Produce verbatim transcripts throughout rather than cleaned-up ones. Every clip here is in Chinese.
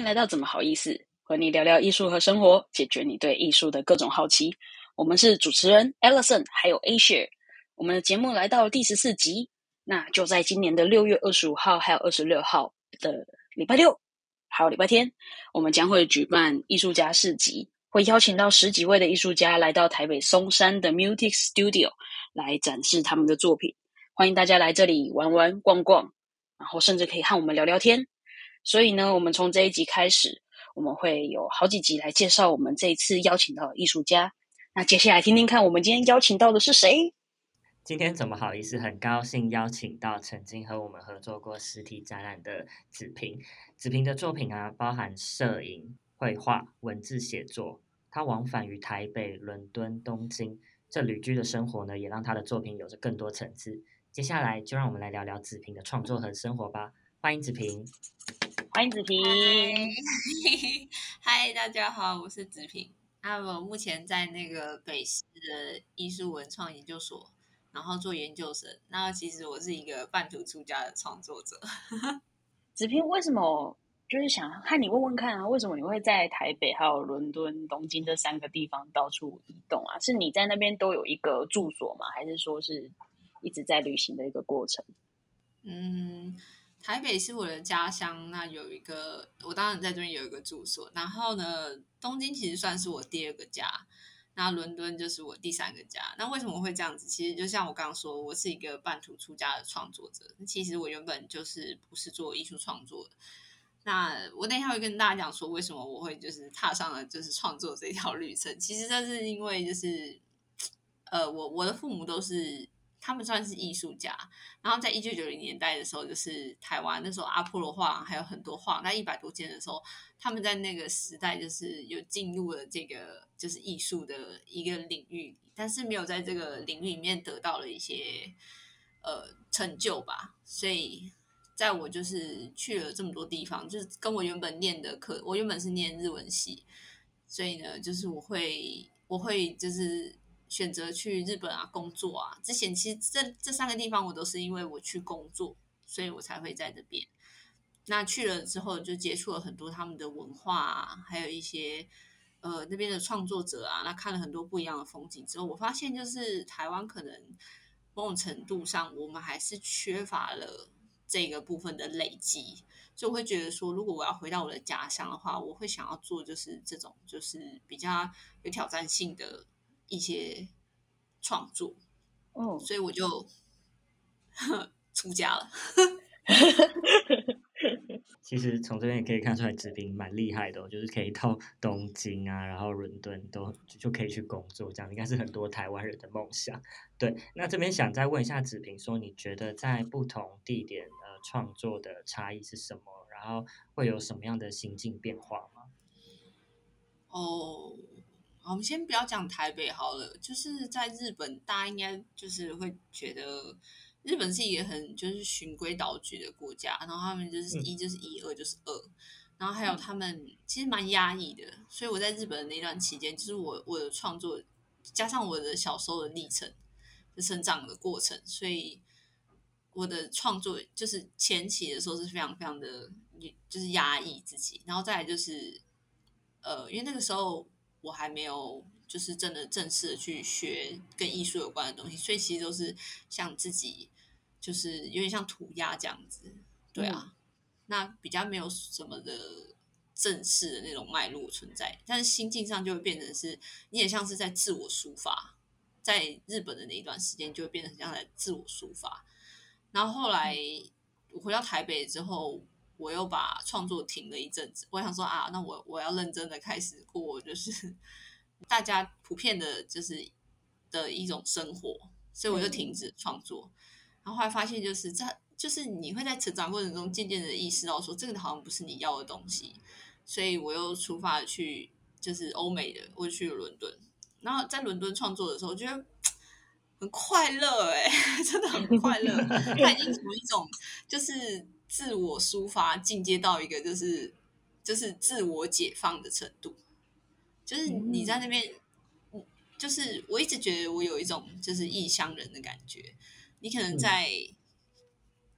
来到怎么好意思，和你聊聊艺术和生活，解决你对艺术的各种好奇。我们是主持人 Ellison 还有 Asia， 我们的节目来到第十四集，那就在今年的六月二十五号还有二十六号的礼拜六还有礼拜天，我们将会举办艺术家市集，会邀请到十几位的艺术家来到台北松山的 Mutic Studio 来展示他们的作品，欢迎大家来这里玩玩逛逛，然后甚至可以和我们聊聊天。所以呢，我们从这一集开始，我们会有好几集来介绍我们这一次邀请到的艺术家。那接下来听听看我们今天邀请到的是谁。 今天怎么好意思，很高兴邀请到曾经和我们合作过实体展览的子平。子平的作品啊，包含摄影、绘画、文字写作。他往返于台北、伦敦、东京，这旅居的生活呢，也让他的作品有着更多层次。接下来就让我们来聊聊子平的创作和生活吧。欢迎子平。 欢迎子平。 嗨，大家好，我是子平。那我目前在那个北师的艺术文创研究所，然后做研究生。那其实我是一个半途出家的创作者。 子平，为什么就是想和你问问看啊？为什么你会在台北、还有伦敦、东京这三个地方到处移动啊？是你在那边都有一个住所吗？还是说是一直在旅行的一个过程？ 嗯。台北是我的家乡，那有一个，我当然在这边有一个住所。然后呢，东京其实算是我第二个家，那伦敦就是我第三个家。那为什么会这样子？其实就像我刚刚说，我是一个半途出家的创作者。其实我原本就是不是做艺术创作的。那我等一下会跟大家讲说，为什么我会就是踏上了就是创作这条旅程。其实这是因为就是，呃，我我的父母都是。他们算是艺术家，然后在一九九零年代的时候，就是台湾那时候阿波罗画还有很多画，在一百多间的时候，他们在那个时代就是有进入了这个就是艺术的一个领域，但是没有在这个领域里面得到了一些呃成就吧，所以在我就是去了这么多地方，就是跟我原本念的课，我原本是念日文系，所以呢，就是我会我会就是选择去日本啊工作啊。之前其实这这三个地方我都是因为我去工作，所以我才会在这边。那去了之后就接触了很多他们的文化啊，还有一些呃那边的创作者啊，那看了很多不一样的风景之后，我发现就是台湾可能某种程度上我们还是缺乏了这个部分的累积。所以我会觉得说，如果我要回到我的家乡的话，我会想要做就是这种就是比较有挑战性的一些创作。 哦， 所以我就出家了。 其实从这边也可以看出来，子平蛮厉害的、哦，就是可以到东京啊，然后伦敦都就就可以去工作，这样应该是很多台湾人的梦想。对，那这边想再问一下子平，说你觉得在不同地点呃创作的差异是什么？然后会有什么样的心境变化吗？ 哦，我们先不要讲台北好了，就是在日本，大家应该就是会觉得日本是一个很就是循规蹈矩的国家，然后他们就是一就是一，二就是二，然后还有他们其实蛮压抑的，所以我在日本的那段期间，就是我我的创作加上我的小时候的历程，就成长的过程，所以我的创作就是前期的时候是非常非常的就是压抑自己，然后再来就是呃，因为那个时候我还没有就是真的正式的去学跟艺术有关的东西，所以其实都是像自己就是有点像涂鸦这样子。对啊， 嗯， 那比较没有什么的正式的那种脉络存在，但是心境上就会变成是你也像是在自我抒发。在日本的那一段时间就会变得很像在自我抒发。然后后来我回到台北之后，我又把创作停了一阵子。我想说啊，那我我要认真的开始过，就是大家普遍的，就是的一种生活，所以我就停止创作。然后后来发现，就是这就是你会在成长过程中渐渐的意识到说，这个好像不是你要的东西。所以我又出发去就是欧美的，我去了伦敦。然后在伦敦创作的时候，我觉得很快乐哎、欸，真的很快乐。它已经从一种就是自我抒发进阶到一个就是就是自我解放的程度。就是你在那边，就是我一直觉得我有一种就是异乡人的感觉。你可能在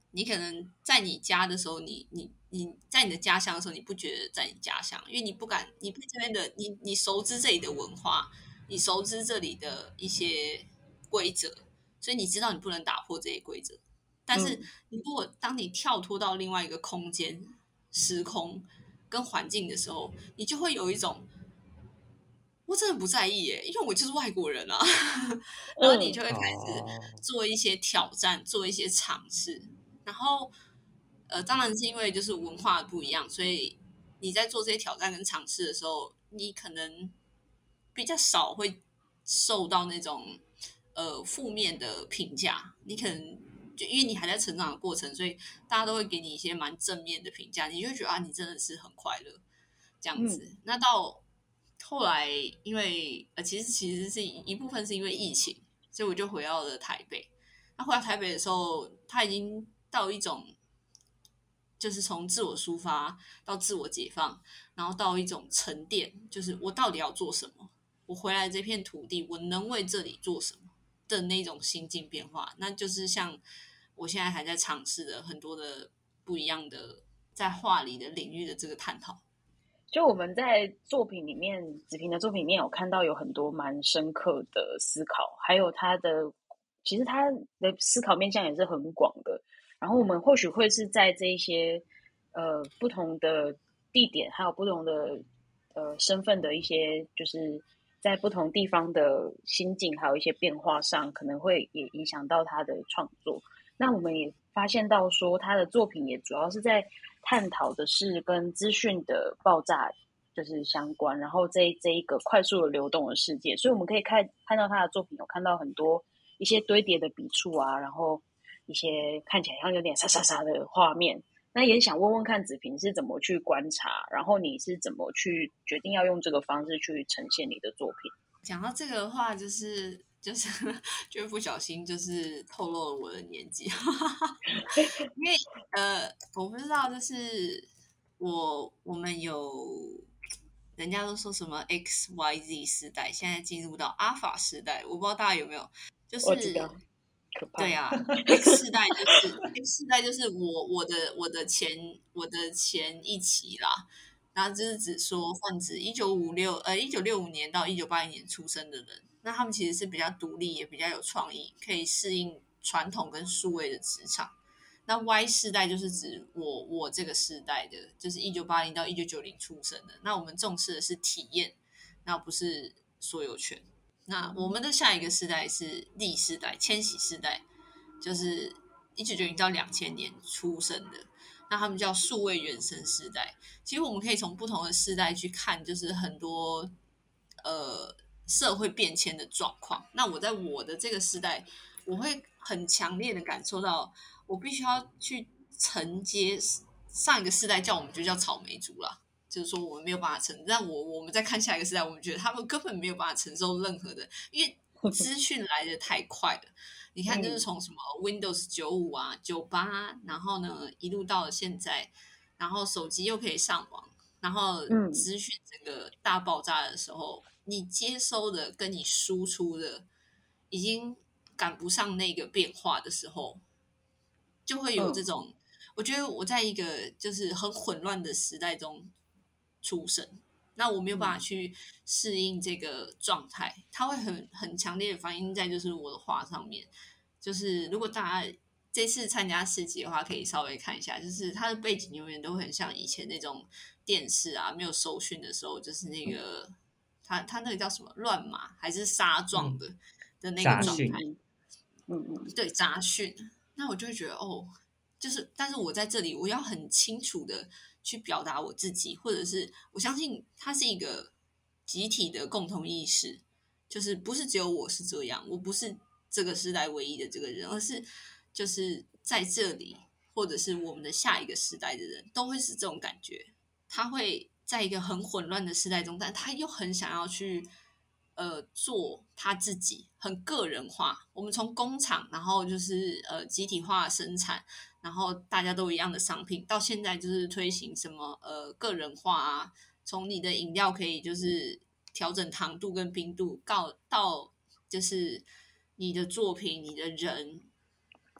你可能在你家的时候，你你你在你的家乡的时候，你不觉得在你家乡，因为你不敢，你对这边的你你熟知这里的文化，你熟知这里的一些规则，所以你知道你不能打破这些规则。但是嗯你如果当你跳脱到另外一个空间、时空跟环境的时候，你就会有一种我真的不在意耶，因为我就是外国人啊。然后你就嗯会开始哦， 做一些挑战，做一些尝试。然后，呃，当然是因为就是文化不一样，所以你在做这些挑战跟尝试的时候，你可能比较少会受到那种呃负面的评价。你可能就因为你还在成长的过程，所以大家都会给你一些蛮正面的评价，你就会觉得啊，你真的是很快乐这样嗯子。那到后来，因为呃，其实其实是一部分是因为疫情，所以我就回到了台北。那回到台北的时候，他已经到一种就是从自我抒发到自我解放，然后到一种沉淀，就是我到底要做什么？我回来这片土地，我能为这里做什么的那种心境变化，那就是像我现在还在尝试的很多的不一样的在画里的领域的这个探讨。 就我们在作品里面，子平的作品里面有看到有很多蛮深刻的思考，还有他的其实他的思考面向也是很广的。然后我们或许会是在这一些呃不同的地点，还有不同的呃身份的一些，就是在不同地方的心境，还有一些变化上，可能会也影响到他的创作。那我们也发现到说，他的作品也主要是在探讨的是跟资讯的爆炸就是相关，然后这这一个快速的流动的世界，所以我们可以看看到他的作品有看到很多一些堆叠的笔触啊，然后一些看起来像有点沙沙沙的画面。那也想问问看子平是怎么去观察，然后你是怎么去决定要用这个方式去呈现你的作品？ 讲到这个的话，就是就是就不小心就是透露了我的年纪，因为呃，我不知道，就是我我们有人家都说什么 X Y Z 时代，现在进入到 Alpha 时代，我不知道大家有没有，就我知道， 是可怕。 对啊，X 世代就是 X 世代就是我我的我的前我的前一期啦，然后就是指说泛指一九五六呃一九六五年到一九八一年出生的人，那他们其实是比较独立，也比较有创意，可以适应传统跟数位的职场。那 Y 世代就是指我我这个世代的，就是一九八零到一九九零出生的。那我们重视的是体验，那不是所有权。那我们的下一个世代是 Z 世代，千禧世代，就是一九九零到两千年出生的。那他们叫数位原生世代。其实我们可以从不同的世代去看，就是很多呃社会变迁的状况。那我在我的这个时代，我会很强烈的感受到，我必须要去承接上一个世代叫我们就叫草莓族啦，就是说我们没有办法承，但我我们在看下一个世代，我们觉得他们根本没有办法承受任何的，因为资讯来的太快了。你看，就是从什么 Windows 九五啊、九八，然后呢一路到了现在，然后手机又可以上网，然后嗯资讯这个大爆炸的时候，你接收的跟你输出的已经赶不上那个变化的时候，就会有这嗯种。我觉得我在一个就是很混乱的时代中出生，那我没有办法嗯去适应这个状态，它会很很强烈的反映在就是我的画上面。就是如果大家这次参加市集的话，可以稍微看一下，就是它的背景永远都很像以前那种电视啊，没有收讯的时候，就是那个它它那个叫什么乱码还是沙状的、 嗯， 的那个杂讯， 状态， 嗯嗯嗯对杂讯。那我就会觉得哦，就是但是我在这里，我要很清楚的去表达我自己，或者是我相信它是一个集体的共同意识，就是不是只有我是这样，我不是这个时代唯一的这个人，而是就是在这里，或者是我们的下一个时代的人都会是这种感觉。他会在一个很混乱的时代中，但他又很想要去呃做他自己，很个人化。我们从工厂，然后就是呃集体化生产，然后大家都一样的商品，到现在就是推行什么呃个人化啊，从你的饮料可以就是调整糖度跟冰度，到到就是你的作品、你的人，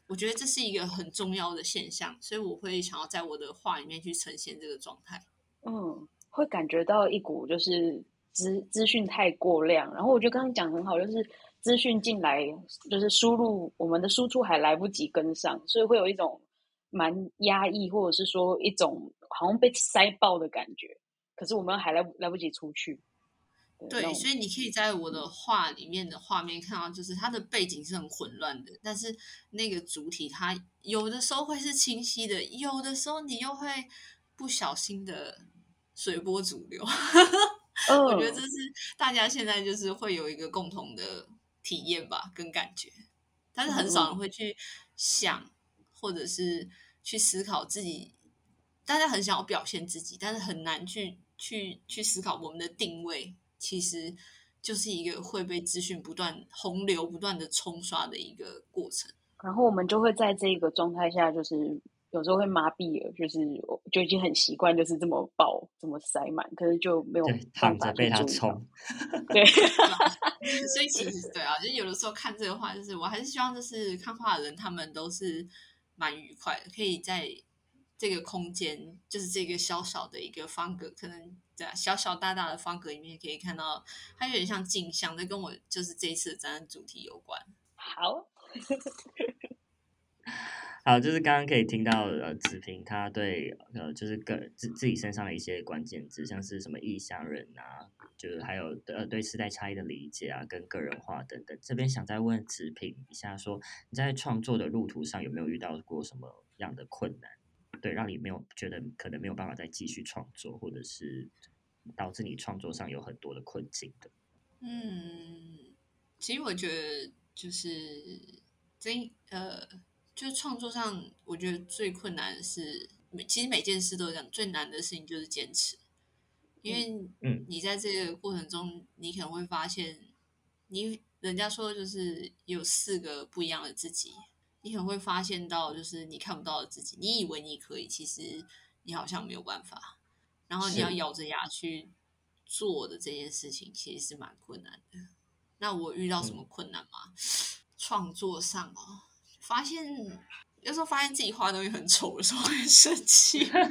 我觉得这是一个很重要的现象，所以我会想要在我的画里面去呈现这个状态。 嗯，会感觉到一股就是资资讯太过量，然后我觉得刚刚讲很好，就是资讯进来，就是输入我们的输出还来不及跟上，所以会有一种蛮压抑，或者是说一种好像被塞爆的感觉。可是我们还来来不及出去。 对，所以你可以在我的画里面的画面看到，就是它的背景是很混乱的，但是那个主体它有的时候会是清晰的，有的时候你又会不小心的随波逐流。 嗯， 我觉得这是大家现在就是会有一个共同的体验吧，跟感觉，但是很少人会去想，或者是去思考自己。大家很想要表现自己，但是很难去去去思考我们的定位，其实就是一个会被资讯不断洪流不断的冲刷的一个过程。 然后我们就会在这个状态下，就是有时候会麻痹了，就是就已经很习惯，就是这么爆，这么塞满，可是就没有办法去注意到。对， 所以其实对啊，就有的时候看这个画，就是我还是希望，就是看画的人他们都是蛮愉快的，可以在这个空间，就是这个小小的一个方格，可能对啊，小小大大的方格里面可以看到，它有点像镜像的，跟我就是这一次的展览主题有关。 好。 好，就是刚刚可以听到呃，子平他对呃，就是个自自己身上的一些关键字，像是什么异乡人啊，就是还有呃对世代差异的理解啊，跟个人化等等。这边想再问子平一下说，说你在创作的路途上有没有遇到过什么样的困难？对，让你没有觉得可能没有办法再继续创作，或者是导致你创作上有很多的困境的？ 嗯，其实我觉得就是这呃。就是创作上，我觉得最困难的是，其实每件事都这样，最难的事情就是坚持。因为你在这个过程中，你可能会发现，你人家说就是有四个不一样的自己，你可能会发现到就是你看不到的自己，你以为你可以，其实你好像没有办法。然后你要咬着牙去做的这件事情，其实是蛮困难的。那我遇到什么困难吗？创作上哦。发现有时候发现自己画的东西很丑的时候，会很生气。那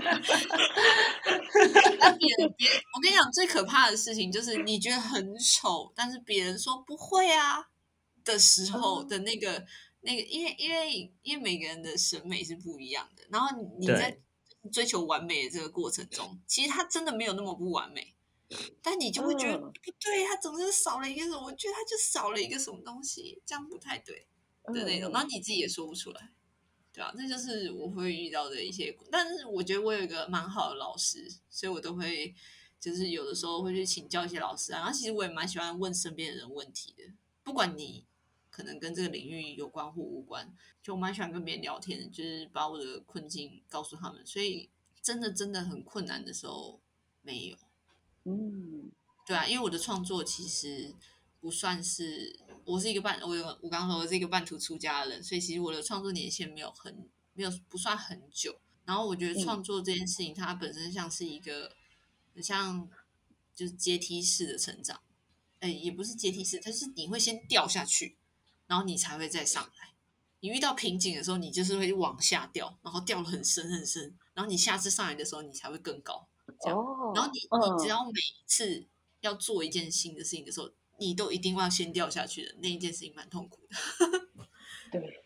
别人别人，我跟你讲，最可怕的事情就是你觉得很丑，但是别人说不会啊的时候的那个、嗯、那个，因为因为因为每个人的审美是不一样的，然后你在追求完美的这个过程中，其实它真的没有那么不完美，但你就会觉得、嗯、不对，它总是少了一个什么，我觉得它就少了一个什么东西，这样不太对。的那种，然后你自己也说不出来，对啊，这就是我会遇到的一些。但是我觉得我有一个蛮好的老师，所以我都会就是有的时候会去请教一些老师啊。然后其实我也蛮喜欢问身边的人问题的，不管你可能跟这个领域有关或无关，就我蛮喜欢跟别人聊天的，就是把我的困境告诉他们。所以真的真的很困难的时候没有， 嗯， 对啊，因为我的创作其实不算是，我是一个半，我有我刚刚说我是一个半途出家的人，所以其实我的创作年限没有很没有不算很久。然后我觉得创作这件事情，它本身像是一个很像就是阶梯式的成长，哎，也不是阶梯式，它是你会先掉下去，然后你才会再上来。你遇到瓶颈的时候，你就是会往下掉，然后掉了很深很深，然后你下次上来的时候，你才会更高。这样，哦、然后你你只要每一次要做一件新的事情的时候，你都一定要先掉下去的，那一件事情蛮痛苦的。 对，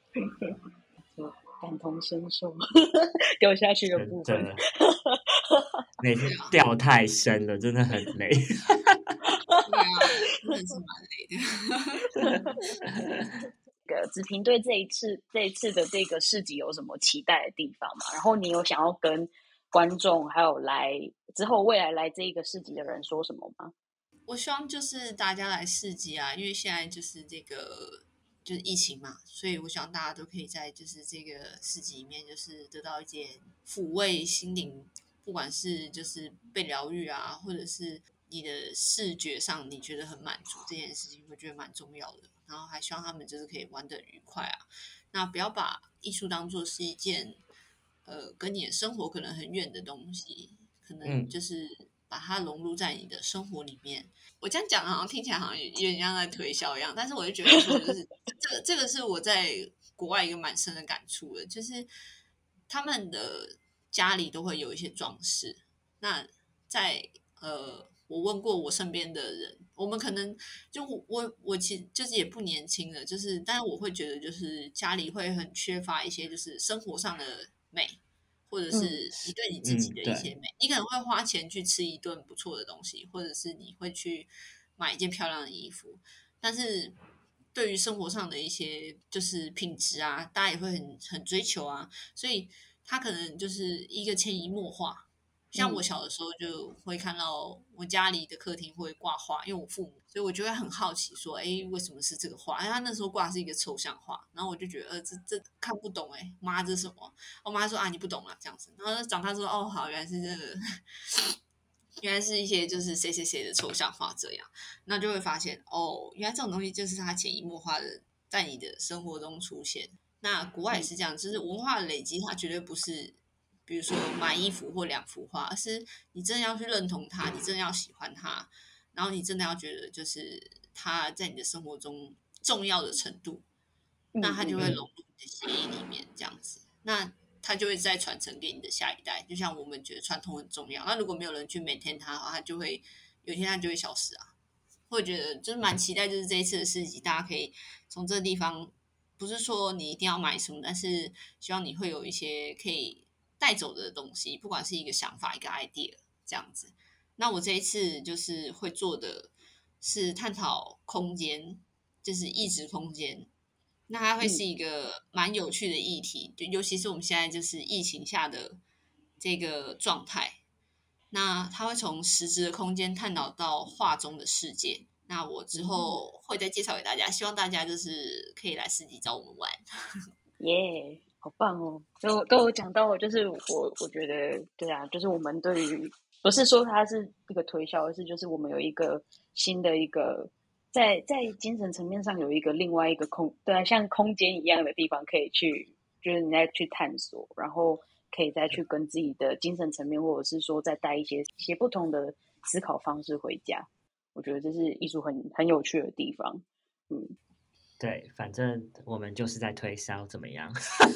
感同身受，掉下去的部分， 每次掉太深了，真的很累。 对啊，真的是蛮累的。个子平对这一次这一次的这个市集有什么期待的地方吗？然后你有想要跟观众还有来之后未来来这一个市集的人说什么吗？ 我希望就是大家来市集啊，因为现在就是这个就是疫情嘛，所以我希望大家都可以在就是这个市集里面就是得到一些抚慰心灵，不管是就是被疗愈啊，或者是你的视觉上你觉得很满足，这件事情我觉得蛮重要的。然后还希望他们就是可以玩得愉快啊，那不要把艺术当作是一件呃跟你的生活可能很远的东西，可能就是把它融入在你的生活里面。我这样讲好像听起来好像有点像在推销一样，但是我就觉得说，就是这个这个是我在国外一个蛮深的感触的，就是他们的家里都会有一些装饰。那在呃，我问过我身边的人，我们可能就我我其实就是也不年轻了，就是但是我会觉得就是家里会很缺乏一些就是生活上的美。或者是你对你自己的一些美，嗯、你可能会花钱去吃一顿不错的东西，或者是你会去买一件漂亮的衣服，但是对于生活上的一些就是品质啊，大家也会很很追求啊，所以他可能就是一个潜移默化。像我小的时候就会看到我家里的客厅会挂画，因为我父母，所以我就会很好奇说，哎，为什么是这个画？因为他那时候挂的是一个抽象画，然后我就觉得，呃，这这看不懂，哎，妈，这是什么？我妈说啊，你不懂啊，这样子。然后长大说，哦，好，原来是这个，原来是一些就是谁谁谁的抽象画这样，那就会发现，哦，原来这种东西就是它潜移默化的在你的生活中出现。那国外也是这样，就是文化的累积，它绝对不是。比如说买一幅或两幅画，而是你真的要去认同它，你真的要喜欢它，然后你真的要觉得就是它在你的生活中重要的程度，那它就会融入你的血液里面，这样子，那它就会再传承给你的下一代。就像我们觉得传统很重要，那如果没有人去 maintain 它的话，它就会有一天它就会消失啊。会觉得就是蛮期待，就是这一次的市集，大家可以从这个地方，不是说你一定要买什么，但是希望你会有一些可以带走的东西，不管是一个想法一个 idea 这样子。那我这一次就是会做的是探讨空间，就是异质空间。那它会是一个蛮有趣的议题，就尤其是我们现在就是疫情下的这个状态。那它会从实质的空间探讨到画中的世界。那我之后会再介绍给大家，希望大家就是可以来市集找我们玩。 耶、yeah, 好棒哦！都都有讲到，就是我我觉得对啊，就是我们对于不是说它是一个推销，而是就是我们有一个新的一个在在精神层面上有一个另外一个空，对啊，像空间一样的地方可以去，就是你再去探索，然后可以再去跟自己的精神层面，或者是说再带一些一些不同的思考方式回家。我觉得这是艺术很很有趣的地方，嗯。 对，反正我们就是在推销，怎么样？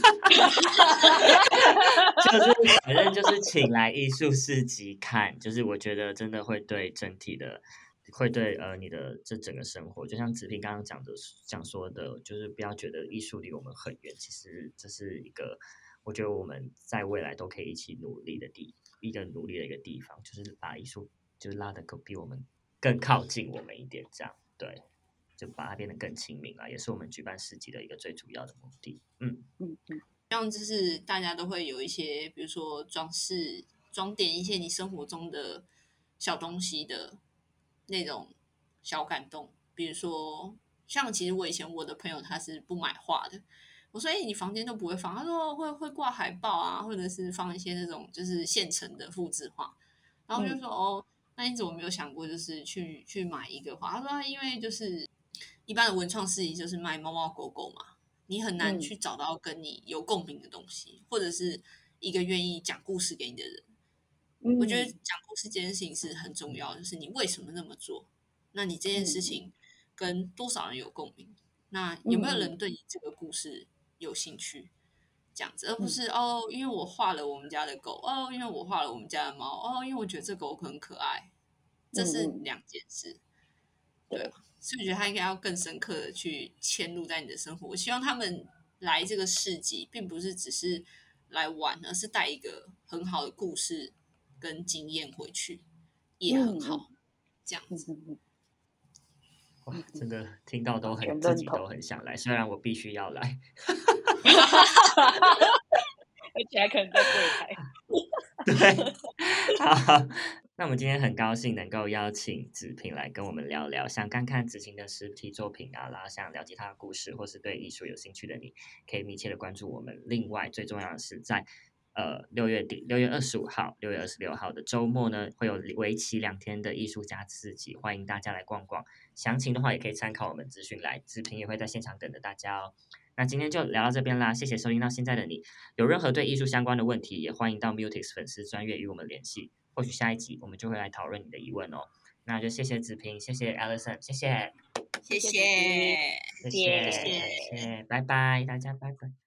就是反正就是请来艺术市集看，就是我觉得真的会对整体的，会对呃你的这整个生活，就像子平刚刚讲的讲说的，就是不要觉得艺术离我们很远，其实这是一个我觉得我们在未来都可以一起努力的地一个努力的一个地方，就是把艺术就是拉得比我们更靠近我们一点，这样对。就把它变得更亲民了，也是我们举办市集的一个最主要的目的。嗯嗯嗯， 这样就是大家都会有一些，比如说装饰、装点一些你生活中的小东西的那种小感动。比如说，像其实我以前我的朋友他是不买画的，我说：“哎、欸，你房间都不会放？”他说：“会会挂海报啊，或者是放一些那种就是现成的复制画。”然后我就说：“嗯、哦，那你怎么没有想过就是去去买一个画？”他说：“因为就是。”一般的文创市集就是卖猫猫狗狗嘛，你很难去找到跟你有共鸣的东西，嗯、或者是一个愿意讲故事给你的人。嗯、我觉得讲故事这件事情是很重要的，就是你为什么那么做？那你这件事情跟多少人有共鸣？那有没有人对你这个故事有兴趣？这样子，而不是哦，因为我画了我们家的狗，哦，因为我画了我们家的猫，哦，因为我觉得这狗很可爱，这是两件事，对啊。所以我觉得他应该要更深刻的去嵌入在你的生活。我希望他们来这个市集，并不是只是来玩，而是带一个很好的故事跟经验回去，也很好。嗯、这样子， 哇，真的听到都很自己都很想来，虽然我必须要来， 而且还可能在柜台。 对，好。那我们今天很高兴能够邀请子平来跟我们聊聊，想看看子平的实体作品啊，然后想了解他的故事，或是对艺术有兴趣的你，可以密切的关注我们。另外，最重要的是在呃六月底，六月二十五号、六月二十六号的周末呢，会有为期两天的艺术家市集，欢迎大家来逛逛。详情的话，也可以参考我们资讯来，子平也会在现场等着大家哦。那今天就聊到这边啦，谢谢收听到现在的你。有任何对艺术相关的问题，也欢迎到 Mutix 粉丝专页与我们联系。或许下一集我们就会来讨论你的疑问哦。那就谢谢子平，谢谢 Alison， 谢谢， 谢谢。 谢谢谢，感谢，拜拜，大家拜拜。